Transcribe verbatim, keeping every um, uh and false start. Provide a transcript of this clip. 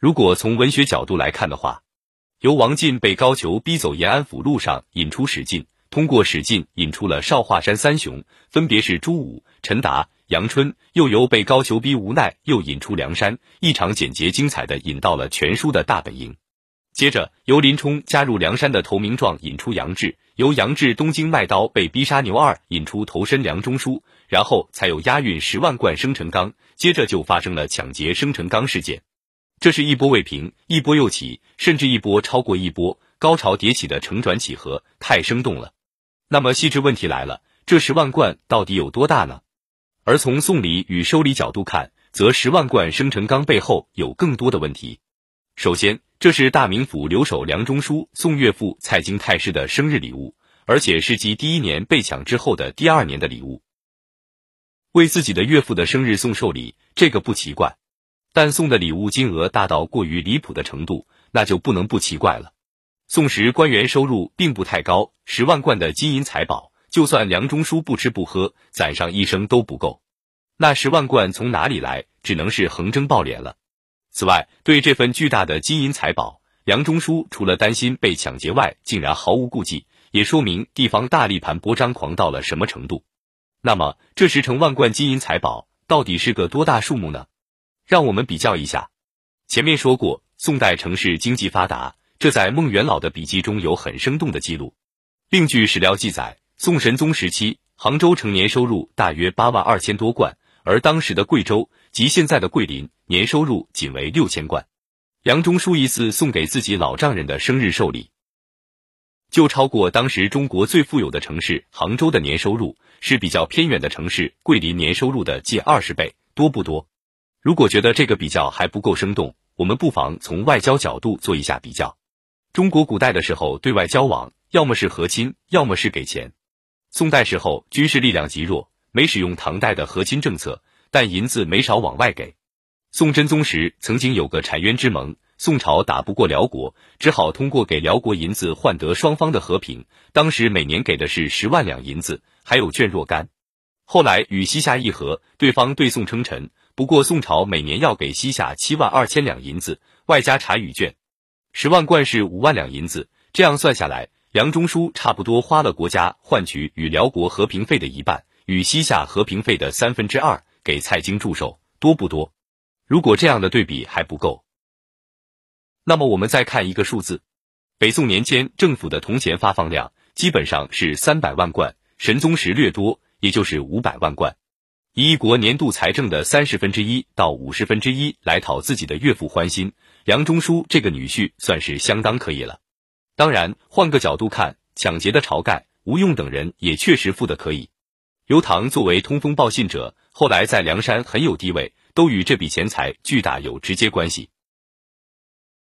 如果从文学角度来看的话，由王进被高俅逼走延安府路上引出史进，通过史进引出了少华山三雄，分别是朱武、陈达、杨春，又由被高俅逼无奈又引出梁山，一场简洁精彩的引到了全书的大本营。接着由林冲加入梁山的投名状引出杨志，由杨志东京卖刀被逼杀牛二引出投身梁中书，然后才有押运十万贯生辰纲，接着就发生了抢劫生辰纲事件。这是一波未平，一波又起，甚至一波超过一波，高潮迭起的承转起合，太生动了。那么细致问题来了，这十万贯到底有多大呢？而从送礼与收礼角度看，则十万贯生辰纲背后有更多的问题。首先，这是大名府留守梁中书送岳父蔡京太师的生日礼物，而且是继第一年被抢之后的第二年的礼物。为自己的岳父的生日送寿礼，这个不奇怪，但送的礼物金额大到过于离谱的程度，那就不能不奇怪了。宋时官员收入并不太高，十万贯的金银财宝，就算梁中书不吃不喝，攒上一生都不够。那十万贯从哪里来，只能是横征暴敛了。此外，对这份巨大的金银财宝，梁中书除了担心被抢劫外，竟然毫无顾忌，也说明地方大力盘剥张狂到了什么程度。那么，这十成万贯金银财宝到底是个多大数目呢？让我们比较一下。前面说过，宋代城市经济发达，这在孟元老的笔记中有很生动的记录。另据史料记载，宋神宗时期，杭州城年收入大约八万二千多贯，而当时的贵州及现在的桂林年收入仅为六千贯。梁中书一次送给自己老丈人的生日寿礼，就超过当时中国最富有的城市杭州的年收入，是比较偏远的城市桂林年收入的近二十倍，多不多？如果觉得这个比较还不够生动，我们不妨从外交角度做一下比较。中国古代的时候对外交往，要么是和亲，要么是给钱。宋代时候军事力量极弱，没使用唐代的和亲政策，但银子没少往外给。宋真宗时曾经有个澶渊之盟，宋朝打不过辽国，只好通过给辽国银子换得双方的和平，当时每年给的是十万两银子，还有绢若干。后来与西夏议和，对方对宋称臣，不过宋朝每年要给西夏七万二千两银子，外加茶与绢，十万贯是五万两银子，这样算下来，梁中书差不多花了国家换取与辽国和平费的一半，与西夏和平费的三分之二，给蔡京驻守，多不多？如果这样的对比还不够，那么我们再看一个数字。北宋年间政府的铜钱发放量基本上是三百万贯，神宗时略多，也就是五百万贯。以一国年度财政的三十分之一到五十分之一来讨自己的岳父欢心，梁中书这个女婿算是相当可以了。当然，换个角度看，抢劫的晁盖、吴用等人也确实富得可以。刘唐作为通风报信者，后来在梁山很有地位，都与这笔钱财巨大有直接关系。